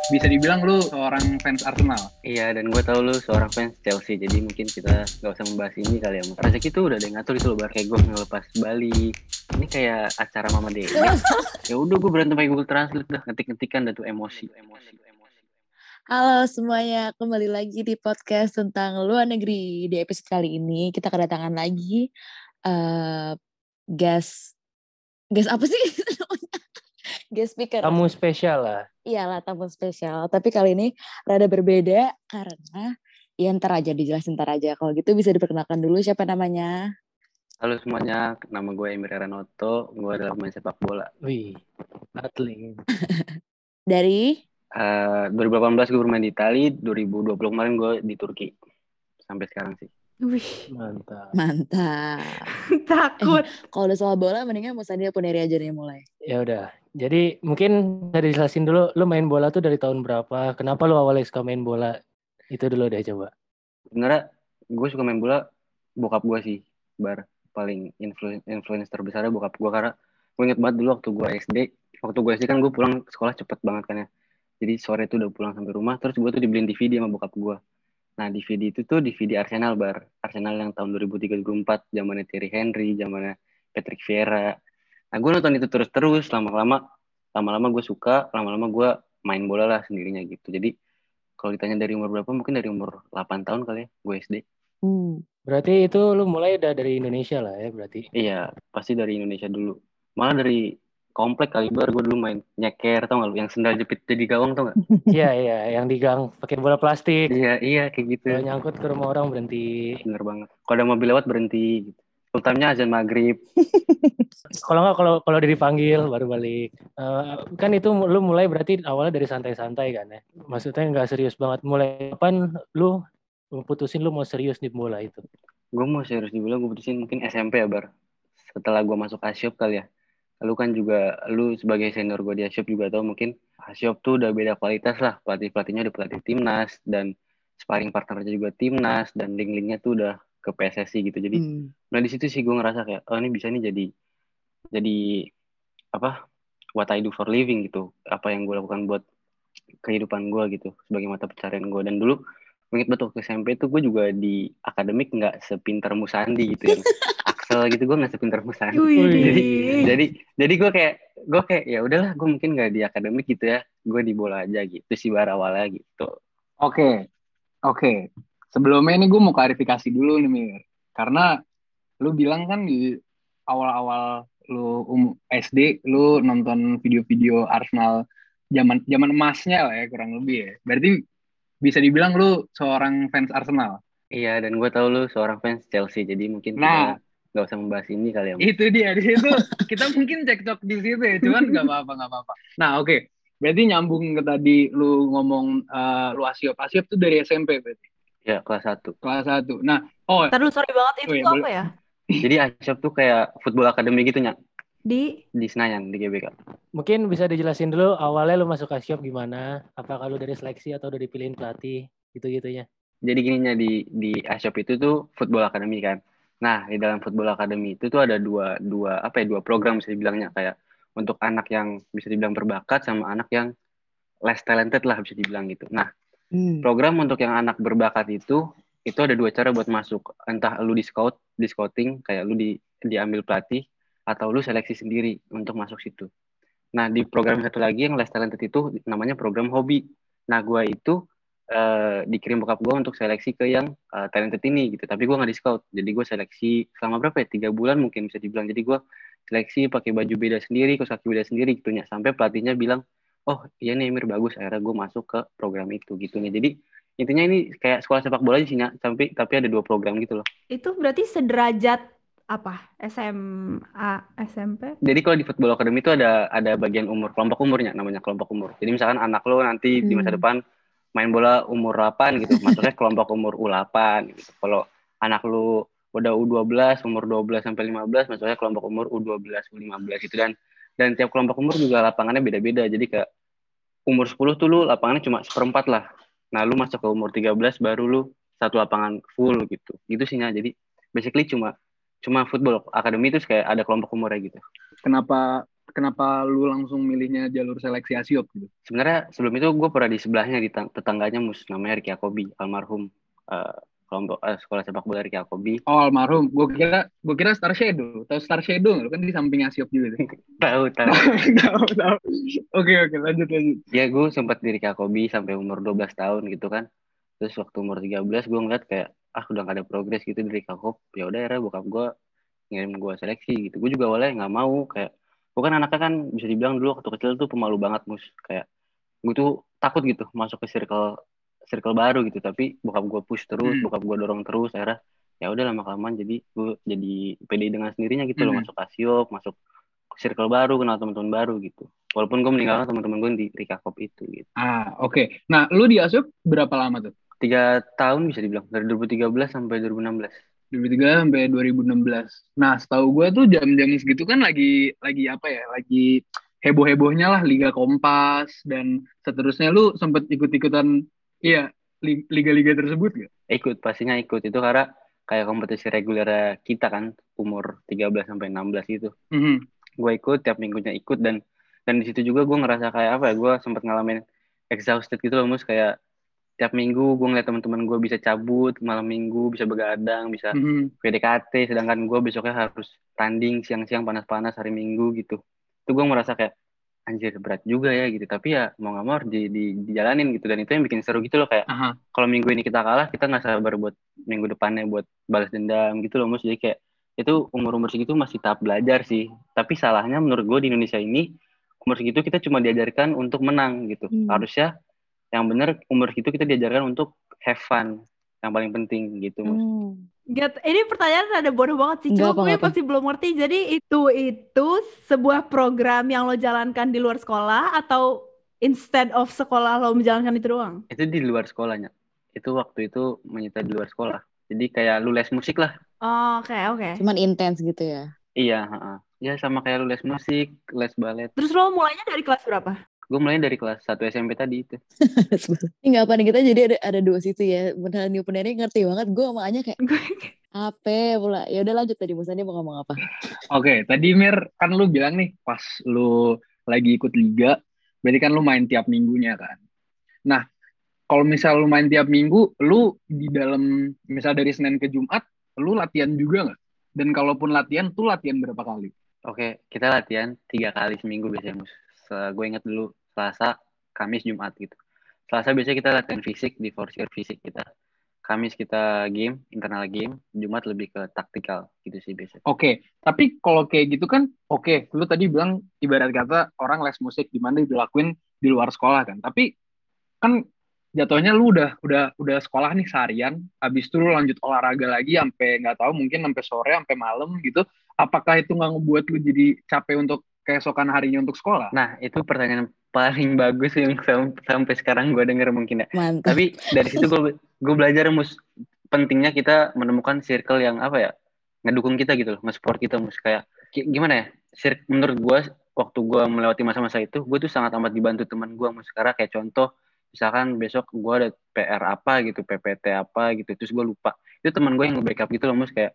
Bisa dibilang lu seorang fans Arsenal. Iya, dan gue tahu lu seorang fans Chelsea, jadi mungkin kita nggak usah membahas ini kali ya. Mas. Rezeki tuh udah ada yang ngatur itu loh, Bar. Kayak gue ngelepas Bali. Ini kayak acara Mama Dewi. Ya udah gue berantem pakai Google Translate dah, ngetik-ngetikan dah tuh emosi. Halo semuanya, kembali lagi di podcast tentang luar negeri. Di episode kali ini kita kedatangan lagi guest apa sih? Guest speaker. Tamu spesial lah. Iyalah, tamu spesial. Tapi kali ini rada berbeda karena ya ntar aja dijelasin ntar aja. Kalau gitu bisa diperkenalkan dulu siapa namanya. Halo semuanya, nama gue Emir Ranoto, gue adalah pemain sepak bola. Wih, atlet. Dari 2018 gue bermain di Itali, 2020 kemarin gue di Turki. Sampai sekarang sih. Wih, Mantap. takut. Kalau udah soal bola mendingan Musadia Puneri aja nih mulai. Ya udah. Jadi mungkin bisa dijelasin dulu, lu main bola tuh dari tahun berapa? Kenapa lu awalnya suka main bola? Itu dulu deh coba. Sebenarnya gue suka main bola, bokap gue sih, Bar. Paling influence terbesarnya bokap gue, karena gue inget banget dulu waktu gue SD. Waktu gue SD kan gue pulang sekolah cepet banget kan ya. Jadi sore tuh udah pulang sampai rumah, terus gue tuh dibeliin DVD sama bokap gue. Nah DVD itu tuh DVD Arsenal, Bar. Arsenal yang tahun 2003-2004, zamannya Thierry Henry, zamannya Patrick Vieira. Nah gue nonton itu terus-terus, lama-lama gue suka, lama-lama gue main bola lah sendirinya gitu. Jadi kalau ditanya dari umur berapa, mungkin dari umur 8 tahun kali ya, gue SD. Berarti itu lu mulai udah dari Indonesia lah ya berarti. Iya, pasti dari Indonesia dulu. Malah dari komplek kali, Bar. Gue dulu main nyeker, tau gak lu? Yang sendal jepit jadi gawang, tau gak? Iya, yang di gang pakai bola plastik. Iya, kayak gitu. Kalau nyangkut ke rumah orang berhenti. Bener banget. Kalau ada mobil lewat berhenti gitu. Full time-nya azan maghrib. Kalau nggak kalau udah dipanggil baru balik. Kan itu lu mulai berarti awalnya dari santai-santai kan ya. Maksudnya nggak serius banget. Mulai kapan lu putusin lu mau serius di bola itu? Gue mau serius dibilang, gue putusin mungkin SMP ya, Bar. Setelah gue masuk Asyop kali ya. Lu kan juga, lu sebagai senior gue di Asyop juga tau mungkin Asyop tuh udah beda kualitas lah. Pelatihnya udah pelatih timnas, dan sparring partnernya juga timnas, dan link-linknya tuh udah ke PSSI gitu. Jadi, nah di situ sih gue ngerasa kayak, oh ini bisa nih jadi apa, what I do for living gitu. Apa yang gue lakukan buat kehidupan gue gitu, sebagai mata pencarian gue. Dan dulu, inget betul ke SMP tuh gue juga di akademik nggak sepintar Musandi gitu yang Axel gitu, gue nggak sepintar Musandi. jadi gue kayak ya udahlah, gue mungkin nggak di akademik gitu ya, gue di bola aja gitu sih bar awalnya gitu. Oke. Sebelumnya ini gue mau klarifikasi dulu nih, Mir. Karena lu bilang kan di awal-awal lu SD, lu nonton video-video Arsenal zaman emasnya lah ya, kurang lebih ya. Berarti bisa dibilang lu seorang fans Arsenal. Iya, dan gue tahu lu seorang fans Chelsea, jadi mungkin kita nggak usah membahas ini kali ya. Itu dia, di situ kita mungkin cekcok di situ ya, cuman nggak apa-apa. Nah, oke. Berarti nyambung ke tadi lu ngomong lu Asyop tuh dari SMP berarti. Ya, kelas 1. Nah, Terus sorry banget, itu tuh apa ya? Jadi Asyop tuh kayak football academy gitu, Nyak. Di Senayan, di GBK. Mungkin bisa dijelasin dulu awalnya lu masuk Asyop gimana? Apakah lu dari seleksi atau udah dipilihin pelatih gitu-gitunya? Jadi gininya di Asyop itu tuh football academy kan. Nah, di dalam football academy itu tuh ada dua program bisa dibilangnya, kayak untuk anak yang bisa dibilang berbakat sama anak yang less talented lah bisa dibilang gitu. Nah, program untuk yang anak berbakat itu ada 2 cara buat masuk. Entah lu di scouting, kayak lu diambil pelatih, atau lu seleksi sendiri untuk masuk situ. Nah, di program satu lagi yang less talented itu namanya program hobi. Nah, gue itu dikirim bokap gue untuk seleksi ke yang talented ini gitu. Tapi gue nggak di scout. Jadi gue seleksi selama berapa ya? 3 bulan mungkin bisa dibilang. Jadi gue seleksi pakai baju beda sendiri, kaos kaki beda sendiri gitu. Sampai pelatihnya bilang, oh iya nih Emir bagus. Akhirnya gue masuk ke program itu gitu. Jadi intinya ini kayak sekolah sepak bola aja sih, tapi ada 2 program gitu loh. itu berarti sederajat apa? SMA, SMP? Jadi kalau di Football Academy itu ada bagian umur, kelompok umurnya, namanya kelompok umur. Jadi misalkan anak lo nanti di masa depan main bola umur 8 gitu, masuknya kelompok umur U8 gitu. Kalau anak lo udah U12, umur 12 sampai 15, masuknya kelompok umur U12, U15 gitu. Dan tiap kelompok umur juga lapangannya beda-beda. Jadi kayak umur 10 tuh lu lapangannya cuma 1/4 lah. Nah, lu masuk ke umur 13 baru lu satu lapangan full gitu. Gitu sih, nah. Jadi basically cuma football academy itu kayak ada kelompok umurnya gitu. Kenapa kenapa lu langsung milihnya jalur seleksi Asiop gitu? Sebenarnya sebelum itu gue pernah di sebelahnya di tetangganya namanya Ricky Akobi, almarhum kelompok sekolah sepak bola Ricky Akobi. Oh, almarhum. Gue kira Star Shadow. Tahu Star Shadow nggak? Lu kan di samping Asiop juga tuh. Tahu. Tahu. Oke, lanjut. Ya gue sempat di Ricky Akobi sampai umur 12 tahun gitu kan. Terus waktu umur 13 gue ngeliat kayak udah gak ada progres gitu di Ricky Akobi. Ya udah akhirnya bokap gue ngirim gue seleksi gitu. Gue juga awalnya nggak mau, kayak gue kan anaknya kan bisa dibilang dulu waktu kecil tuh pemalu banget, Mus. Kayak gue tuh takut gitu masuk ke circle baru gitu, tapi bokap gue push terus, bokap gue dorong terus, akhirnya ya udah lama kelamaan jadi gue jadi pede dengan sendirinya gitu loh, masuk Asiop, masuk circle baru, kenal teman-teman baru gitu. Walaupun gue meninggalkan teman-teman gue di Rikakop itu gitu. Oke. Nah, lu di Asiop berapa lama tuh? 3 tahun bisa dibilang, dari 2013 sampai 2016. 2013 sampai 2016. Nah, setahu gue tuh jam-jam segitu kan lagi apa ya? Lagi heboh-hebohnya lah Liga Kompas dan seterusnya. Lu sempet ikut-ikutan liga-liga tersebut gak? Pastinya ikut. Itu karena kayak kompetisi reguler kita kan, umur 13 sampai 16 gitu. Gue ikut, tiap minggunya ikut, dan di situ juga gue ngerasa kayak apa ya, gue sempet ngalamin exhausted gitu loh, Mus. Kayak tiap minggu gue ngeliat teman-teman gue bisa cabut malam minggu, bisa begadang, bisa PDKT, sedangkan gue besoknya harus tanding siang-siang panas-panas hari Minggu gitu. Itu gue merasa kayak anjir berat juga ya gitu, tapi ya mau nggak mau harus dijalanin gitu, dan itu yang bikin seru gitu loh, kayak kalau minggu ini kita kalah, kita nggak sabar buat minggu depannya buat balas dendam gitu loh, Mus. Jadi kayak itu umur-umur segitu masih tahap belajar sih, tapi salahnya menurut gue di Indonesia ini umur segitu kita cuma diajarkan untuk menang gitu. Harusnya yang benar umur segitu kita diajarkan untuk have fun, yang paling penting gitu, Mus. Ini pertanyaan ada bodoh banget sih. Cuma gue pasti belum ngerti. Jadi itu sebuah program yang lo jalankan di luar sekolah atau instead of sekolah lo menjalankan itu doang? Itu di luar sekolahnya. Itu waktu itu menyita di luar sekolah. Jadi kayak lu les musik lah. Oke. Cuman intens gitu ya? Iya, ya sama kayak lu les musik, les balet. Terus lo mulainya dari kelas berapa? Gue mulai dari kelas 1 SMP tadi itu. Ini gak apa nih, kita jadi ada dua situ ya. Beneran New Penari ngerti banget. Gue sama Anya kayak apa pula. Ya udah lanjut tadi, Musanya mau ngomong apa? Oke, tadi Mir kan lu bilang nih pas lu lagi ikut liga, berarti kan lu main tiap minggunya kan. Nah, kalau misal lu main tiap minggu, lu di dalam misal dari Senin ke Jumat, lu latihan juga nggak? Dan kalaupun latihan, tuh latihan berapa kali? Oke, kita latihan 3 kali seminggu biasanya, Mus. Gue ingat dulu Selasa, Kamis, Jumat gitu. Selasa biasanya kita latihan fisik di Forsier fisik kita. Kamis kita game, internal game. Jumat lebih ke taktikal gitu sih biasanya. Oke, tapi kalau kayak gitu kan, lu tadi bilang ibarat kata orang les musik di mana dilakuin di luar sekolah kan. Tapi kan jatuhnya lu udah sekolah nih seharian, habis itu lu lanjut olahraga lagi sampai nggak tahu mungkin sampai sore sampai malam gitu. Apakah itu nggak ngebuat lu jadi capek untuk keesokan harinya untuk sekolah? Nah, itu pertanyaan paling bagus yang sampai sekarang gue denger mungkin ya. Mantap. Tapi dari situ gue belajar, Mus, pentingnya kita menemukan circle yang apa ya, ngedukung kita gitu loh, nge-support kita, Mus. Kayak gimana ya, menurut gue waktu gue melewati masa-masa itu, gue tuh sangat amat dibantu teman gue, Mus. Karena kayak contoh, misalkan besok gue ada PR apa gitu, PPT apa gitu, terus gue lupa, itu teman gue yang nge-backup gitu loh, Mus. Kayak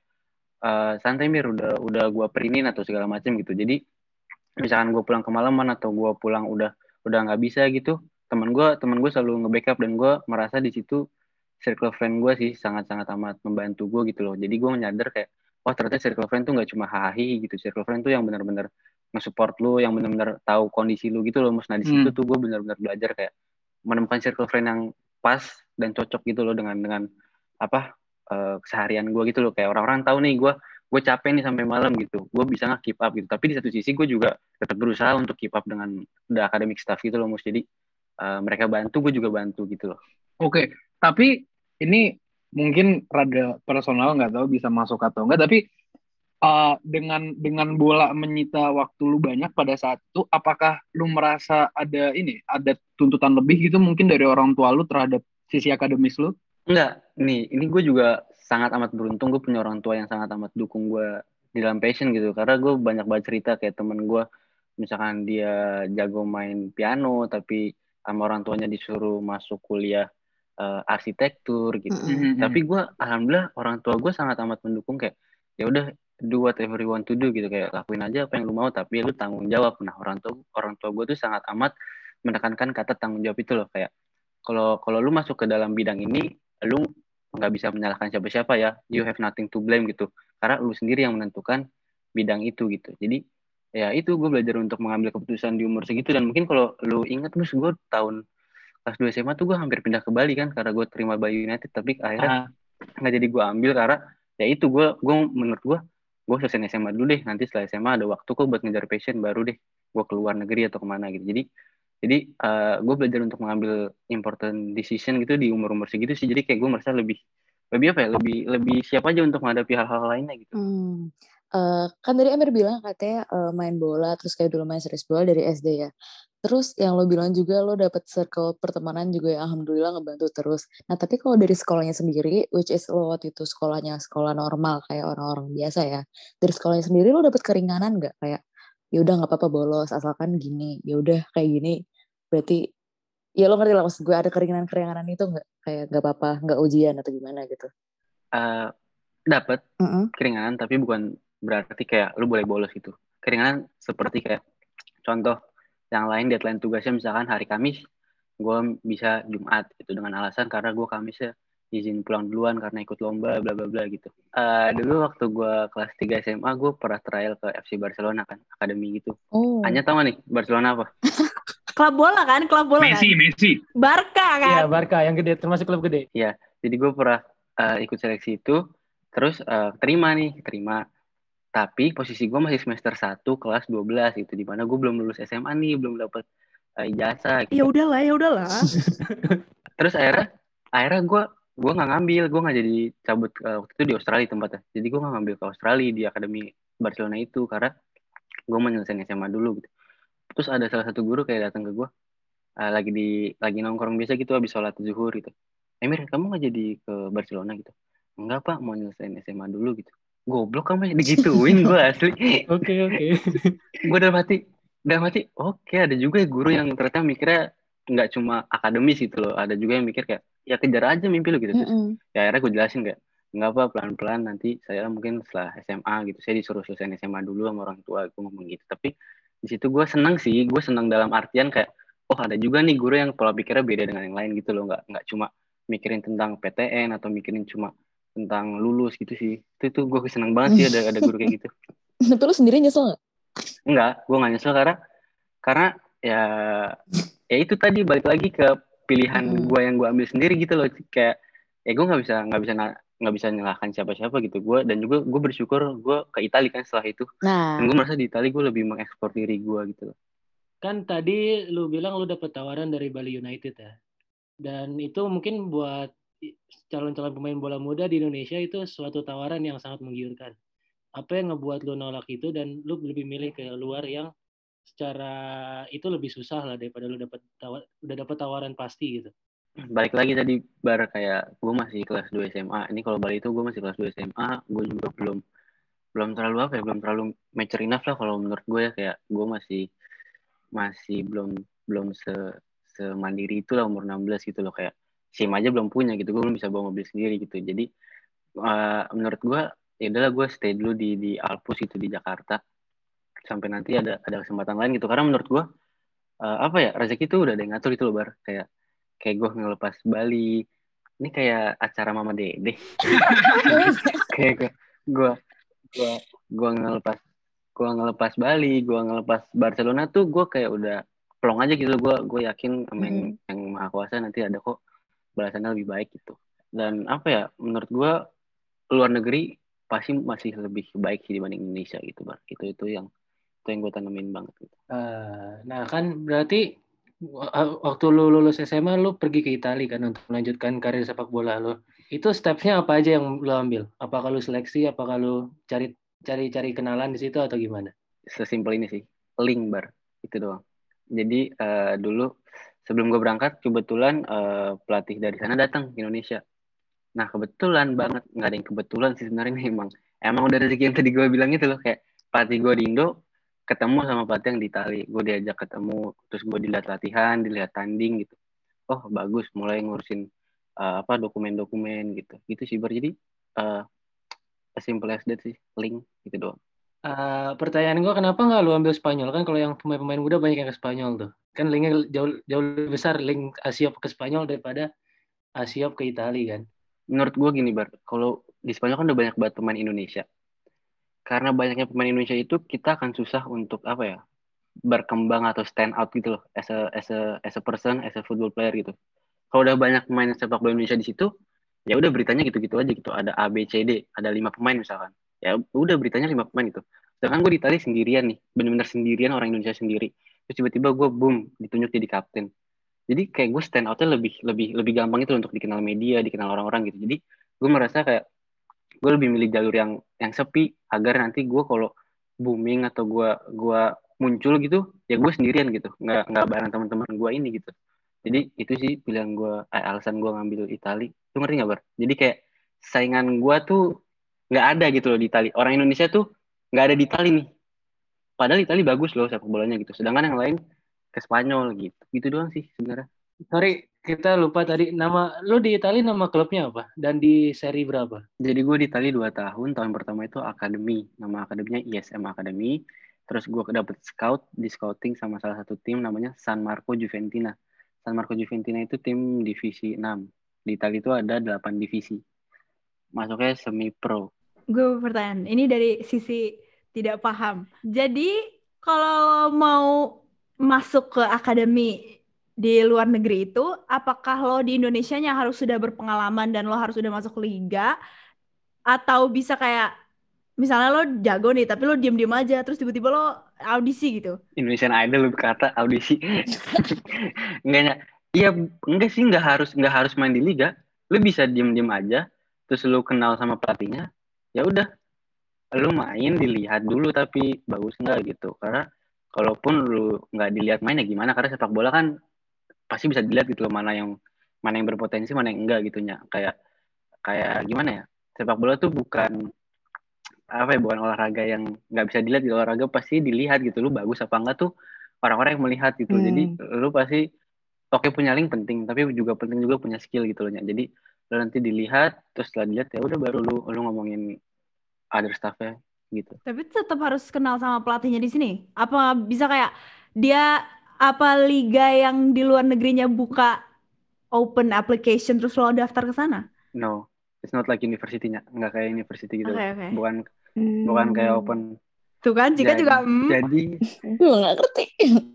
santai Mir, udah gue printin atau segala macam gitu. Jadi misalkan gue pulang kemalaman atau gue pulang udah nggak bisa gitu, teman gue selalu nge-backup, dan gue merasa di situ circle friend gue sih sangat-sangat amat membantu gue gitu loh. Jadi gue nyadar kayak ternyata circle friend tuh nggak cuma hahaha gitu, circle friend tuh yang benar-benar nge-support lu, yang benar-benar tahu kondisi lu gitu loh, Mus. Nah di situ tuh gue benar-benar belajar kayak menemukan circle friend yang pas dan cocok gitu loh dengan apa keseharian gue gitu loh. Kayak orang-orang tahu nih gue capek nih sampai malam gitu, gue bisa nggak keep up gitu. Tapi di satu sisi gue juga tetap berusaha untuk keep up dengan the academic staff gitu loh, Mus. Jadi mereka bantu, gue juga bantu gitu loh. Oke, tapi ini mungkin rada personal, nggak tahu bisa masuk atau enggak, tapi dengan bola menyita waktu lu banyak pada saat itu, apakah lu merasa ada tuntutan lebih gitu mungkin dari orang tua lu terhadap sisi akademis lu? Enggak, ini gue juga sangat amat beruntung, gue punya orang tua yang sangat amat dukung gue di dalam passion gitu. Karena gue banyak banget cerita kayak temen gue, misalkan dia jago main piano tapi sama orang tuanya disuruh masuk kuliah arsitektur gitu. Tapi gue alhamdulillah orang tua gue sangat amat mendukung, kayak ya udah do whatever you want to do gitu, kayak lakuin aja apa yang lu mau tapi lu tanggung jawab. Nah, orang tua gue tuh sangat amat menekankan kata tanggung jawab itu loh, kayak kalau lu masuk ke dalam bidang ini, lu nggak bisa menyalahkan siapa-siapa ya, you have nothing to blame gitu, karena lu sendiri yang menentukan bidang itu gitu. Jadi ya itu gue belajar untuk mengambil keputusan di umur segitu. Dan mungkin kalau lu ingat, terus gue tahun kelas 2 SMA tuh gue hampir pindah ke Bali kan, karena gue terima Bali United, tapi akhirnya nggak jadi gue ambil karena ya itu gue menurut gue selesai SMA dulu deh, nanti setelah SMA ada waktu kok buat ngejar passion, baru deh gue keluar negeri atau kemana gitu. Jadi gue belajar untuk mengambil important decision gitu di umur segitu sih. Jadi kayak gue merasa lebih apa ya, lebih siap aja untuk menghadapi hal-hal lainnya gitu. Kan tadi Amir bilang katanya main bola terus kayak dulu main serius bola dari SD ya. Terus yang lo bilang juga lo dapet circle pertemanan juga yang alhamdulillah ngebantu terus. Nah tapi kalau dari sekolahnya sendiri, which is lo waktu itu sekolahnya sekolah normal kayak orang-orang biasa ya. Dari sekolahnya sendiri lo dapet keringanan nggak? Kayak ya udah nggak apa-apa bolos asalkan gini. Ya udah kayak gini. Berarti ya lo ngerti lah maksud gue, ada keringanan itu nggak? Kayak nggak apa-apa, nggak ujian atau gimana gitu. Dapat keringanan, tapi bukan berarti kayak lu boleh bolos gitu. Keringanan seperti kayak contoh yang lain, deadline tugasnya misalkan hari Kamis, gue bisa Jumat gitu, dengan alasan karena gue Kamisnya izin pulang duluan karena ikut lomba bla bla bla gitu. Dulu waktu gue kelas 3 SMA gue pernah trial ke FC Barcelona kan, akademi gitu. Anya tau gak nih Barcelona apa? Klub bola kan? Messi. Barca kan? Iya, Barca yang gede, termasuk klub gede. Iya, jadi gue pernah ikut seleksi itu, terus terima. Tapi posisi gue masih semester 1 kelas 12 gitu, dimana gue belum lulus SMA nih, belum dapet ijazah gitu. Ya udahlah. Terus akhirnya gue nggak ngambil, gue nggak jadi cabut waktu itu di Australia tempatnya. Jadi gue nggak ngambil ke Australia di akademi Barcelona itu karena gue mau nyelesain SMA dulu gitu. Terus ada salah satu guru kayak datang ke gue, lagi nongkrong biasa gitu habis sholat zuhur gitu. Emir, kamu nggak jadi ke Barcelona gitu? Enggak pak, mau nyelesain SMA dulu gitu. Goblok kamu digituin gue asli. Oke. Gue udah mati. Oke, ada juga ya guru yang ternyata mikirnya nggak cuma akademis gitu loh. Ada juga yang mikir kayak ya kejar aja mimpi lo gitu. Terus ya akhirnya gue jelasin kayak nggak apa, pelan-pelan nanti saya mungkin setelah SMA gitu saya disuruh selesai SMA dulu sama orang tua, gue ngomong gitu. Tapi di situ gue senang dalam artian kayak oh ada juga nih guru yang pola pikirnya beda dengan yang lain gitu loh. Nggak cuma mikirin tentang PTN atau mikirin cuma tentang lulus gitu sih. Itu gue seneng banget sih ada guru kayak gitu. Tapi lu sendiri nyesel nggak? Enggak, gue nggak nyesel karena ya itu tadi balik lagi ke pilihan gue yang gue ambil sendiri gitu loh. Kayak ya gue nggak bisa nyalahkan siapa-siapa gitu. Dan juga gue bersyukur gue ke Italia kan setelah itu. Dan gue merasa di Italia gue lebih mengekspor diri gue gitu loh. Kan tadi lu bilang lu dapet tawaran dari Bali United ya. Dan itu mungkin buat calon-calon pemain bola muda di Indonesia itu suatu tawaran yang sangat menggiurkan. Apa yang ngebuat lu nolak itu dan lu lebih milih ke luar yang secara itu lebih susah lah daripada lu udah dapat tawaran pasti gitu. Balik lagi tadi kayak gue masih kelas 2 SMA. Ini kalau Bali itu gue masih kelas 2 SMA, gue juga belum terlalu mature enough lah kalau menurut gue ya. Kayak gue masih belum semandiri itu lah umur 16 gitu loh, kayak SIM aja belum punya gitu, gue belum bisa bawa mobil sendiri gitu. Jadi menurut gue ya udahlah gue stay dulu di Alpus itu di Jakarta sampai nanti ada kesempatan lain gitu. Karena menurut gue rezeki itu udah ada yang ngatur gitu loh kayak gue ngelepas Bali ini kayak acara Mama Dede. Kayak gue ngelepas Bali, gue ngelepas Barcelona tuh gue kayak udah plong aja gitu. Gue yakin yang Maha Kuasa nanti ada kok balasannya lebih baik gitu. Dan menurut gue luar negeri pasti masih lebih baik sih dibanding Indonesia gitu itu yang gue tanemin banget gitu. Nah kan berarti waktu lu lulus SMA lu pergi ke Italia kan untuk melanjutkan karir sepak bola lu. Itu stepsnya apa aja yang lu ambil? Apakah lu seleksi? Apakah lu cari kenalan di situ atau gimana? Sesimpel ini sih, link itu doang. Jadi dulu sebelum gue berangkat kebetulan pelatih dari sana datang ke Indonesia. Nah kebetulan banget, nggak ada yang kebetulan sih sebenarnya, emang udah rezeki yang tadi gue bilang itu loh. Kayak pelatih gue di Indo ketemu sama pelatih yang di Itali, gue diajak ketemu, terus gue dilihat latihan, dilihat tanding gitu. Oh bagus, mulai ngurusin dokumen-dokumen gitu sih. Jadi as simple as that sih, link gitu doang. Pertanyaan gue, kenapa nggak lu ambil Spanyol? Kan kalau yang pemain-pemain muda banyak yang ke Spanyol tuh. Kan linknya jauh lebih besar, link Asiop ke Spanyol daripada Asiop ke Italia kan. Menurut gue gini Bar, kalau di Spanyol kan udah banyak banget pemain Indonesia. Karena banyaknya pemain Indonesia itu kita akan susah untuk apa ya, berkembang atau stand out gitu loh, as a person, as a football player gitu. Kalau udah banyak pemain sepak bola Indonesia di situ, ya udah beritanya gitu-gitu aja gitu. Ada A, B, C, D, ada 5 pemain misalkan. Ya udah beritanya 5 pemain gitu. Sedangkan gue di Itali sendirian nih, bener-bener sendirian, orang Indonesia sendiri. Terus tiba-tiba gue boom ditunjuk jadi kapten. Jadi kayak gue stand outnya lebih gampang itu untuk dikenal media, dikenal orang-orang gitu. Jadi gue merasa kayak gue lebih milih jalur yang sepi agar nanti gue kalau booming atau gue muncul gitu ya gue sendirian gitu, nggak bareng teman-teman gue ini gitu. Jadi itu sih pilihan gue, alasan gue ngambil Itali. Lu ngerti nggak Bar? Jadi kayak saingan gue tuh nggak ada gitu loh di Itali. Orang Indonesia tuh nggak ada di Itali nih. Padahal Itali bagus loh sepak bolanya gitu. Sedangkan yang lain ke Spanyol gitu. Gitu doang sih sebenarnya. Sorry, kita lupa tadi lu di Italia nama klubnya apa dan di seri berapa? Jadi gue di Itali 2 tahun. Tahun pertama itu akademi. Nama akademinya ISM Academy. Terus gue dapet di scouting sama salah satu tim namanya San Marco Juventina. San Marco Juventina itu tim divisi 6. Di Italia itu ada 8 divisi. Masuknya semi pro. Gue pertanyaan, ini dari sisi tidak paham. Jadi kalau mau masuk ke akademi di luar negeri itu, apakah lo di Indonesianya harus sudah berpengalaman dan lo harus sudah masuk liga, atau bisa kayak misalnya lo jago nih tapi lo diem-diem aja terus tiba-tiba lo audisi gitu? Indonesian Idol lebih kata audisi. Enggaknya. Iya, enggak sih, enggak harus main di liga. Lu bisa diem-diem aja, terus lu kenal sama pelatihnya. Ya udah, lu main dilihat dulu tapi bagus enggak gitu. Karena kalaupun lu nggak dilihat main ya gimana? Karena sepak bola kan pasti bisa dilihat gitu loh, mana yang berpotensi, mana yang enggak gitunya. Kayak gimana ya? Sepak bola tuh bukan bukan olahraga yang nggak bisa dilihat gitu. Olahraga pasti dilihat gitu, lu bagus apa enggak tuh orang-orang yang melihat gitu. Jadi lu pasti oke, punya link penting, tapi juga penting juga punya skill gitu loh. Jadi lu nanti dilihat, terus setelah dilihat ya udah baru lu ngomongin other stuff-nya gitu. Tapi tetap harus kenal sama pelatihnya di sini. Apa bisa kayak dia apa liga yang di luar negerinya buka open application terus lo daftar ke sana? No, it's not like university-nya, nggak kayak university gitu. Oke. Bukan kayak open. Tuh kan, jika juga Jadi gue nggak ngerti.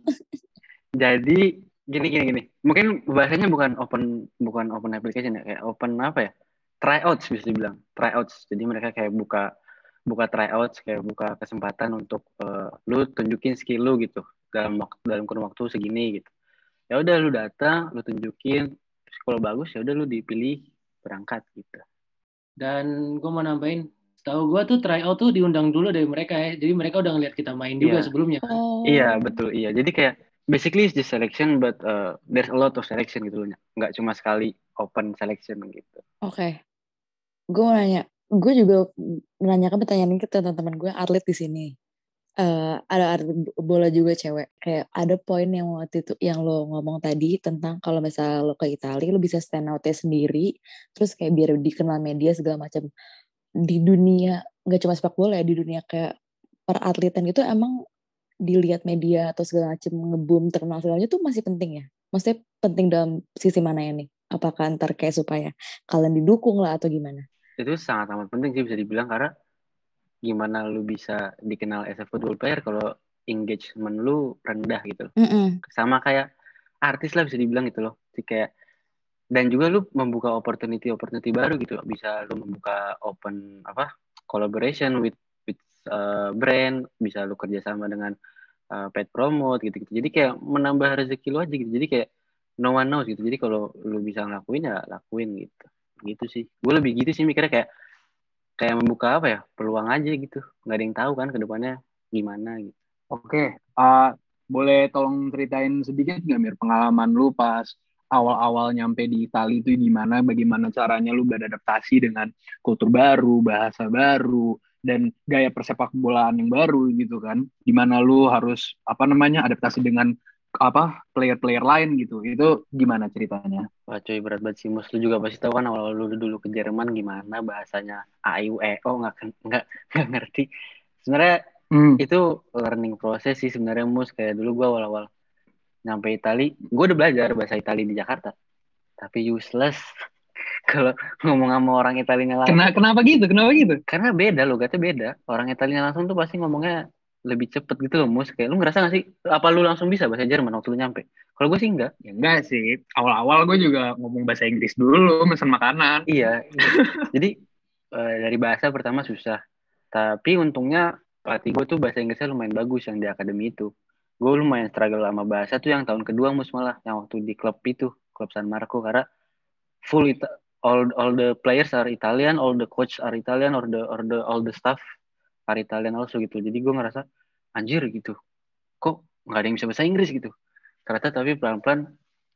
Jadi gini. Mungkin bahasanya bukan open application ya, kayak open apa ya? Tryouts bisa dibilang. Tryouts. Jadi mereka kayak buka tryouts, kayak buka kesempatan untuk lu tunjukin skill lu gitu dalam kurun waktu segini gitu. Ya udah lu datang, lu tunjukin, terus kalau bagus ya udah lu dipilih berangkat gitu. Dan gue mau nambahin, tahu gue tuh tryout tuh diundang dulu dari mereka ya. Jadi mereka udah ngeliat kita main juga sebelumnya kan. Iya, betul. Iya. Jadi kayak basically it's just selection, but there's a lot of selection gitu loh. Nggak cuma sekali open selection gitu. Oke. Gue mau nanya, gue juga menanyakan pertanyaan ini ke teman-teman gue atlet di sini. Ada atlet bola juga cewek. Kayak ada poin yang waktu itu yang lo ngomong tadi tentang kalau misalnya lo ke Italia lo bisa stand out-nya sendiri, terus kayak biar dikenal media segala macam. Di dunia nggak cuma sepak bola ya, di dunia kayak peratletan gitu emang dilihat media atau segala macam nge-boom terkenal segalanya tuh masih penting ya? Maksudnya penting dalam sisi mana ya nih? Apakah antar kayak supaya kalian didukung lah atau gimana? Itu sangat amat penting sih bisa dibilang, karena gimana lu bisa dikenal as a football player kalau engagement lu rendah gitu. Sama kayak artis lah bisa dibilang gitu loh. Jadi kayak, dan juga lu membuka opportunity baru gitu. Bisa lu membuka open collaboration with brand, bisa lu kerjasama dengan paid promote gitu-gitu. Jadi kayak menambah rezeki lu aja gitu. Jadi kayak no one knows gitu. Jadi kalau lu bisa ngelakuin ya lakuin gitu. Gitu sih. Gue lebih gitu sih mikirnya, kayak membuka peluang aja gitu. Nggak ada yang tahu kan ke depannya gimana gitu. Oke, boleh tolong ceritain sedikit nggak Mir, pengalaman lu pas awal-awal nyampe di Itali itu gimana, bagaimana caranya lu beradaptasi dengan kultur baru, bahasa baru, dan gaya persepak bolaan yang baru gitu kan, dimana lu harus adaptasi dengan player-player lain gitu. Itu gimana ceritanya? Wah cuy berat banget sih Mus. Lu juga pasti tahu kan awal lu dulu ke Jerman gimana bahasanya A I U E O nggak ngerti. Sebenarnya Hmm. itu learning proses sih sebenarnya Mus. Kayak dulu gue awal-awal nyampe Itali, gue udah belajar bahasa Itali di Jakarta, tapi useless kalau ngomong sama orang Italinya langsung. Kenapa gitu? Kenapa gitu? Karena beda logatnya beda. Orang Italinya langsung tuh pasti ngomongnya lebih cepet gitu loh Mus. Kayak lu ngerasa gak sih? Apa lu langsung bisa bahasa Jerman waktu lu nyampe? Kalau gue sih enggak. Ya enggak sih. Awal-awal gue juga ngomong bahasa Inggris dulu, mesen makanan. Iya. Jadi dari bahasa pertama susah. Tapi untungnya pelatih gue tuh bahasa Inggrisnya lumayan bagus yang di akademi itu. Gue lumayan struggle sama bahasa tuh yang tahun kedua Mus malah. Yang waktu di klub itu. Klub San Marco. Karena full all the players are Italian, all the coach are Italian, all the staff are Italian also gitu. Jadi gue ngerasa anjir gitu. Kok nggak ada yang bisa bahasa Inggris gitu. Ternyata tapi pelan-pelan.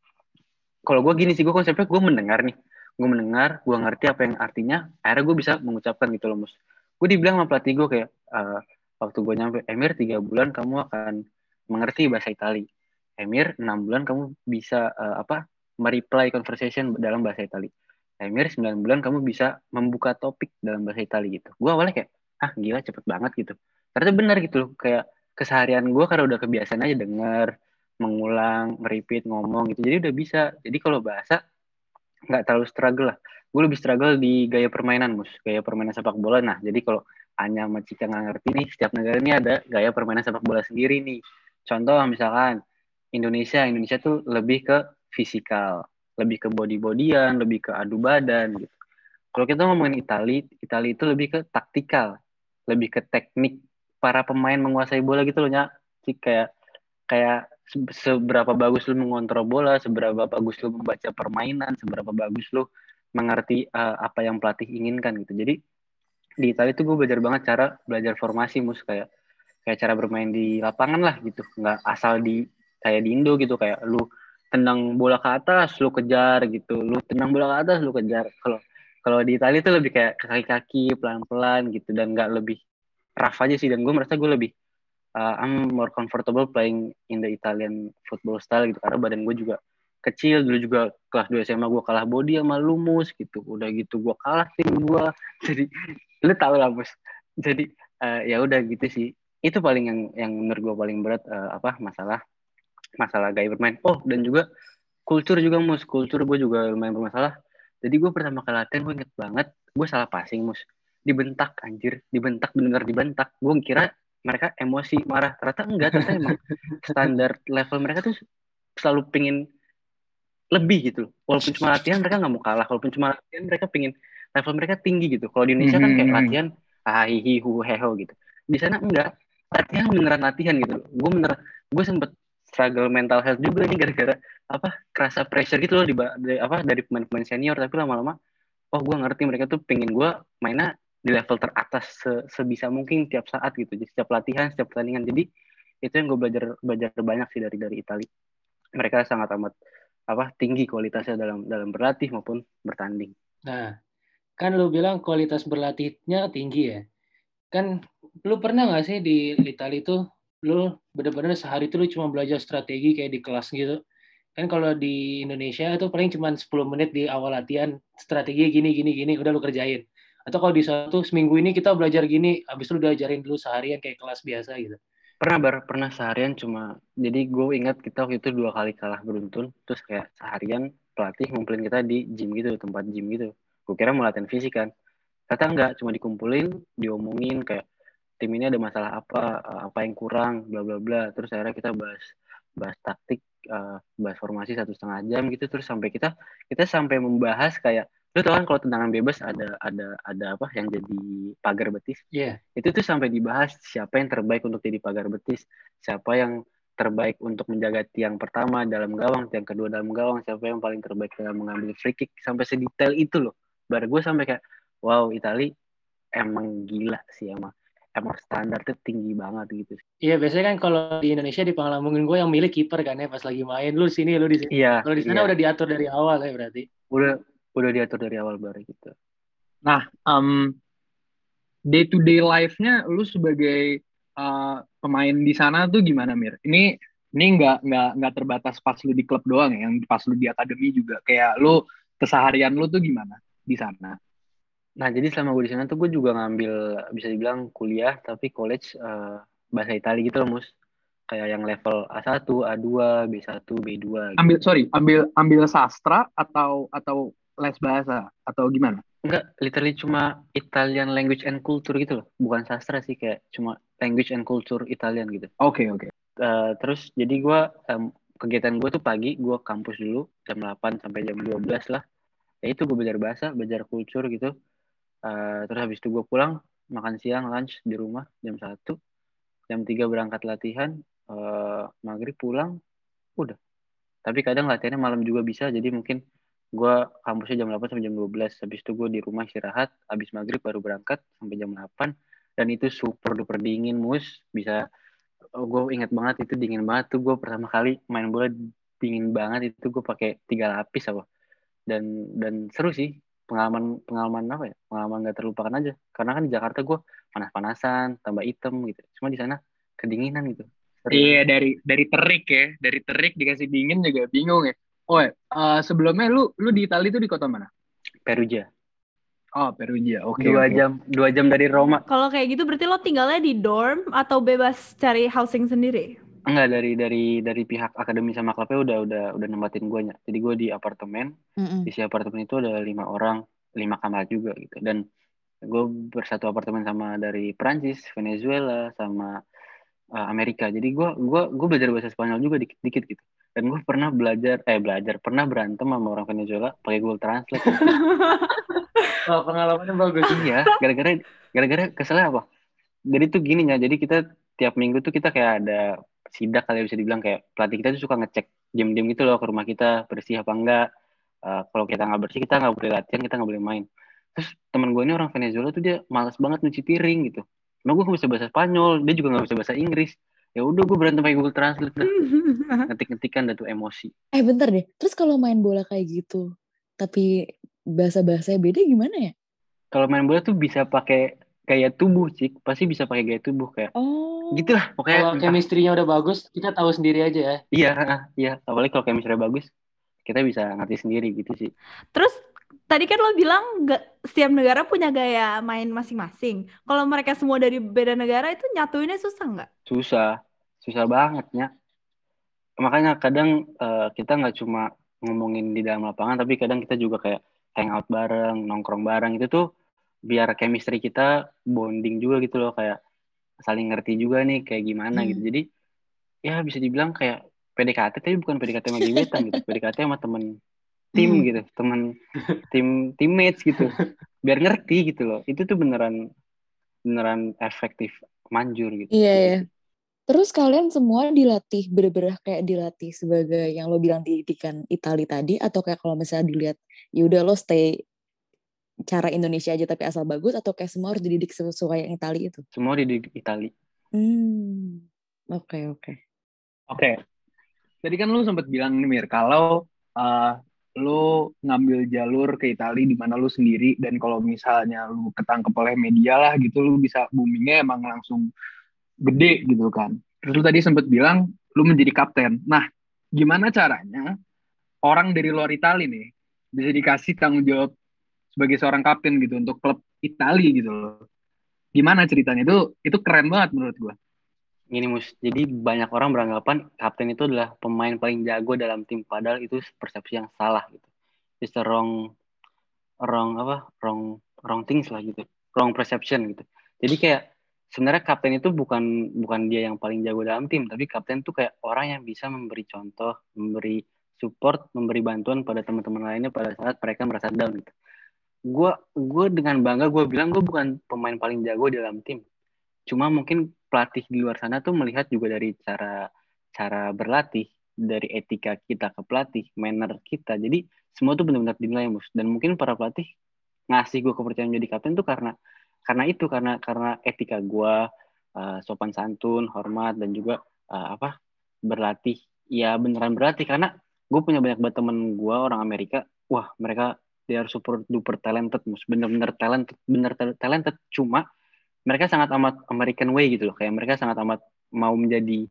Kalau gue gini sih, gue konsepnya gue mendengar nih. Gue mendengar, gue ngerti apa yang artinya. Akhirnya gue bisa mengucapkan gitu loh Mus. Gue dibilang sama pelatih gue kayak, waktu gue nyampe, Emir 3 bulan kamu akan mengerti bahasa Itali. Emir 6 bulan kamu bisa mereply conversation dalam bahasa Itali. Emir 9 bulan kamu bisa membuka topik dalam bahasa Itali gitu. Gue awalnya kayak, gila cepet banget gitu. Ternyata benar gitu loh. Kayak keseharian gue karena udah kebiasaan aja denger, mengulang, merepeat, ngomong gitu. Jadi udah bisa. Jadi kalau bahasa nggak terlalu struggle lah. Gue lebih struggle di gaya permainan Mus. Gaya permainan sepak bola. Nah jadi kalau Anya sama Cika nggak ngerti nih, setiap negara ini ada gaya permainan sepak bola sendiri nih. Contoh misalkan Indonesia tuh lebih ke fisikal, lebih ke body-bodyan, lebih ke adu badan gitu. Kalau kita ngomongin Itali itu lebih ke taktikal, lebih ke teknik para pemain menguasai bola gitu loh ya. Kayak kayak seberapa bagus lu mengontrol bola, seberapa bagus lu membaca permainan, seberapa bagus lu mengerti apa yang pelatih inginkan gitu. Jadi di Italia tuh gue belajar banget cara belajar formasi Mus kayak cara bermain di lapangan lah gitu. Nggak asal di kayak di Indo gitu kayak lu tendang bola ke atas lu kejar gitu. Lu tendang bola ke atas lu kejar. Kalau kalau di Italia tuh lebih kayak kaki-kaki pelan-pelan gitu dan nggak lebih rough aja sih dan gue merasa gue lebih I'm more comfortable playing in the Italian football style gitu karena badan gue juga kecil dulu juga kelas 2 SMA gue kalah body sama Lumus gitu udah gitu gue kalah tim gue jadi lu tau lah Mus jadi ya udah gitu sih itu paling yang menurut gue paling berat masalah gaya bermain dan juga kultur juga Mus kultur gue juga lumayan bermasalah jadi gue pertama kali latihan gue inget banget gue salah passing Mus dibentak anjir dibentak bener dibentak gue kira mereka emosi marah ternyata enggak ternyata emang standar level mereka tuh selalu pingin lebih gitu walaupun cuma latihan mereka nggak mau kalah walaupun cuma latihan mereka pingin level mereka tinggi gitu kalau di Indonesia kan kayak latihan hihi hu heho gitu di sana enggak latihan beneran latihan gitu gue sempet struggle mental health juga nih gara-gara kerasa pressure gitu loh dari pemain-pemain senior tapi lama-lama gue ngerti mereka tuh pengen gue mainnya di level teratas sebisa mungkin tiap saat gitu jadi setiap latihan setiap pertandingan jadi itu yang gue belajar banyak sih dari Italia mereka sangat amat tinggi kualitasnya dalam berlatih maupun bertanding. Nah kan lu bilang kualitas berlatihnya tinggi ya kan lu pernah nggak sih di Italia itu lu bener-bener sehari itu lu cuma belajar strategi kayak di kelas gitu kan kalau di Indonesia itu paling cuma 10 menit di awal latihan strategi gini udah lu kerjain atau kalau di satu seminggu ini kita belajar gini habis itu lu diajarin dulu seharian kayak kelas biasa gitu pernah seharian cuma jadi gue ingat kita waktu itu 2 kali kalah beruntun terus kayak seharian pelatih ngumpulin kita di gym gitu tempat gym gitu gue kira mau latihan fisik kan kata enggak cuma dikumpulin diomongin kayak tim ini ada masalah apa yang kurang bla bla bla terus akhirnya kita bahas taktik bahas formasi 1,5 jam gitu terus sampai kita sampai membahas kayak lu tau kan kalau tendangan bebas ada yang jadi pagar betis itu tuh sampai dibahas siapa yang terbaik untuk jadi pagar betis siapa yang terbaik untuk menjaga tiang pertama dalam gawang tiang kedua dalam gawang siapa yang paling terbaik dalam mengambil free kick sampai sedetail itu loh baru gue sampai kayak wow Itali emang gila sih emang standarnya tinggi banget gitu. Iya biasanya kan kalau di Indonesia di pengalaman gue yang milih kiper kan ya pas lagi main lu sini lu di sini. Iya. Kalau di sana udah diatur dari awal ya berarti. Udah diatur dari awal baru gitu. Nah, day to day life-nya lu sebagai pemain di sana tuh gimana Mir? Ini Ini nggak terbatas pas lu di klub doang ya, yang pas lu di akademi juga. Kayak lu keseharian lu tuh gimana di sana? Nah, jadi selama gue di sana tuh gue juga ngambil, bisa dibilang kuliah, tapi college bahasa Italia gitu loh, Mus. Kayak yang level A1, A2, B1, B2 gitu. Ambil sastra atau les bahasa atau gimana? Enggak, literally cuma Italian language and culture gitu loh. Bukan sastra sih, kayak cuma language and culture Italian gitu. Oke. Terus jadi gue, kegiatan gue tuh pagi, gue kampus dulu, jam 8 sampai jam 12 lah. Ya itu gue belajar bahasa, belajar culture gitu. Terus habis itu gue pulang, makan siang, lunch di rumah, jam 1. Jam 3 berangkat latihan, maghrib pulang, udah. Tapi kadang latihannya malam juga bisa, jadi mungkin gue kampusnya jam 8 sampai jam 12. Habis itu gue di rumah istirahat, habis maghrib baru berangkat sampai jam 8. Dan itu super duper dingin, Mus. Gue ingat banget itu dingin banget tuh. Gue pertama kali main bola dingin banget itu, gue pakai 3 lapis apa. Dan seru sih, pengalaman apa ya, pengalaman gak terlupakan aja, karena kan di Jakarta gue panas-panasan tambah hitam gitu, cuma di sana kedinginan gitu, seru. Iya, dari terik dikasih dingin juga bingung ya. Oh, sebelumnya lu di Italia itu di kota mana? Perugia. Oh, Perugia. Oke. 2 jam dari Roma. Kalau kayak gitu berarti lo tinggalnya di dorm atau bebas cari housing sendiri? Enggak, dari pihak akademi sama klubnya udah nempatin gue nya. Jadi gue di apartemen. Isi apartemen itu ada 5 orang, 5 kamar juga gitu. Dan gue bersatu apartemen sama dari Prancis, Venezuela, sama Amerika. Jadi gue belajar bahasa Spanyol juga dikit-dikit gitu. Dan gue pernah pernah berantem sama orang Venezuela pakai Google Translate. Oh, pengalamannya bagus. Iya, gara-gara keselnya apa? Jadi tuh gini ya, jadi kita tiap minggu tuh kita kayak ada sidak, kali bisa dibilang, kayak pelatih kita tuh suka ngecek jam-jam gitu loh ke rumah kita, bersih apa enggak. Kalau kita nggak bersih, kita nggak boleh latihan, kita nggak boleh main. Terus teman gue ini orang Venezuela tuh, dia malas banget nyuci piring gitu. Emang gue nggak bisa bahasa Spanyol, dia juga nggak bisa bahasa Inggris. Ya udah, gue berantem pakai Google Translate dah. Ngetik-ngetikan dah tuh emosi. Bentar deh, terus kalau main bola kayak gitu, tapi bahasa-bahasanya beda gimana ya? Kalau main bola tuh bisa pakai gaya tubuh, Cik. Pasti bisa pakai gaya tubuh kayak gitu lah. Pokoknya Kalau chemistry-nya udah bagus, kita tahu sendiri aja ya. Iya. Apalagi kalau chemistry bagus, kita bisa ngerti sendiri gitu sih. Terus tadi kan lo bilang setiap negara punya gaya main masing-masing. Kalau mereka semua dari beda negara itu nyatuinnya susah nggak? Susah banget ya. Makanya kadang kita nggak cuma ngomongin di dalam lapangan, tapi kadang kita juga kayak hangout bareng, nongkrong bareng. Itu tuh biar chemistry kita bonding juga gitu loh, kayak saling ngerti juga nih kayak gimana gitu. Jadi ya bisa dibilang kayak PDKT, tapi bukan PDKT sama gebetan gitu. PDKT sama temen tim gitu, teammates gitu. Biar ngerti gitu loh. Itu tuh beneran efektif, manjur gitu. Iya. Terus kalian semua dilatih, bener-bener kayak dilatih sebagai yang lo bilang didikan Itali tadi, atau kayak kalau misalnya dilihat, ya udah lo stay cara Indonesia aja tapi asal bagus, atau kayak semua harus dididik sesuai yang Itali itu? Semua dididik Itali. Oke. Tadi kan lu sempat bilang nih, Mir, kalau lu ngambil jalur ke Italia di mana lu sendiri, dan kalau misalnya lu ketangkep oleh media lah gitu, lu bisa boomingnya emang langsung gede gitu kan. Terus lu tadi sempat bilang lu menjadi kapten. Nah, gimana caranya orang dari luar Italia nih bisa dikasih tanggung jawab sebagai seorang kapten gitu untuk klub Italia gitu loh? Gimana ceritanya? Itu keren banget menurut gue. Gini, Mus, jadi banyak orang beranggapan kapten itu adalah pemain paling jago dalam tim, padahal itu persepsi yang salah gitu. It's the wrong things lah gitu, wrong perception gitu. Jadi kayak sebenarnya kapten itu bukan dia yang paling jago dalam tim, tapi kapten itu kayak orang yang bisa memberi contoh, memberi support, memberi bantuan pada teman-teman lainnya pada saat mereka merasa down gitu. Gue dengan bangga gue bilang gue bukan pemain paling jago dalam tim. Cuma mungkin pelatih di luar sana tuh melihat juga dari cara berlatih, dari etika kita ke pelatih, manner kita. Jadi semua tuh benar-benar dinilai, Mus. Dan mungkin para pelatih ngasih gue kepercayaan menjadi kapten tuh karena etika gue, sopan santun, hormat, dan juga berlatih. Ya beneran berlatih, karena gue punya banyak banget temen gue orang Amerika. Wah, mereka they are super duper talented, Mus. Bener-bener talented. Cuma mereka sangat amat American way gitu loh, kayak mereka sangat amat mau menjadi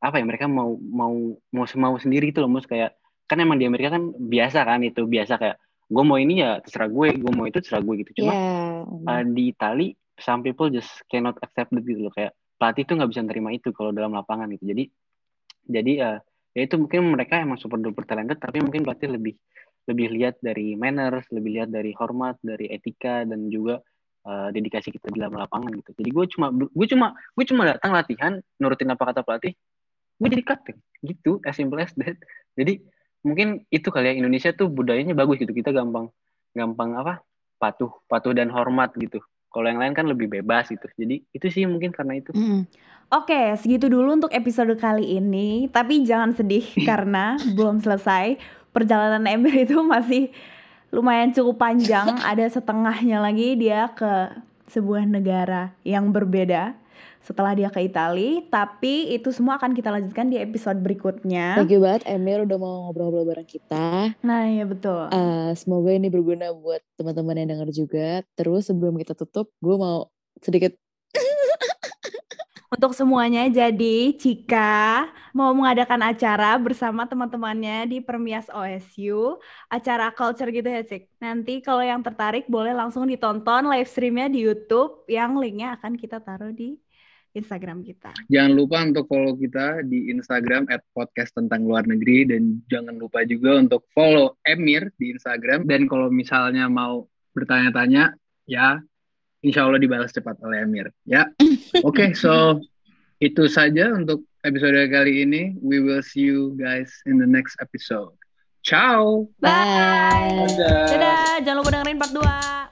apa ya, mereka mau sendiri gitu loh, Mus. Kayak kan emang di Amerika kan biasa kayak gue mau ini ya terserah gue mau itu terserah gue gitu. Cuma di Itali some people just cannot accept it gitu loh, kayak pelatih tuh nggak bisa terima itu kalau dalam lapangan gitu. Jadi ya itu mungkin mereka emang super duper talented, tapi mungkin pelatih lebih lihat dari manners, lebih lihat dari hormat, dari etika, dan juga dedikasi kita di dalam lapangan gitu. Jadi gue cuma datang latihan, nurutin apa kata pelatih, gue jadi kapten gitu, as simple as that. Jadi mungkin itu kali ya, Indonesia tuh budayanya bagus gitu, kita gampang apa, patuh dan hormat gitu. Kalau yang lain kan lebih bebas gitu. Jadi itu sih mungkin karena itu. Oke, segitu dulu untuk episode kali ini. Tapi jangan sedih karena belum selesai. Perjalanan Emir itu masih lumayan cukup panjang. Ada setengahnya lagi dia ke sebuah negara yang berbeda setelah dia ke Italia. Tapi itu semua akan kita lanjutkan di episode berikutnya. Thank you banget Emir udah mau ngobrol-ngobrol bareng kita. Nah ya betul. Semoga ini berguna buat teman-teman yang dengar juga. Terus sebelum kita tutup, gue mau sedikit untuk semuanya, jadi Cika mau mengadakan acara bersama teman-temannya di Permias OSU, acara culture gitu ya Cik. Nanti kalau yang tertarik boleh langsung ditonton live streamnya di YouTube, yang linknya akan kita taruh di Instagram kita. Jangan lupa untuk follow kita di Instagram @podcast_tentang_luar_negeri, dan jangan lupa juga untuk follow Emir di Instagram. Dan kalau misalnya mau bertanya-tanya, ya insya Allah dibalas cepat oleh Emir. Ya, oke, so itu saja untuk episode kali ini. We will see you guys in the next episode. Ciao. Bye. Dadah. Jangan lupa dengerin part 2.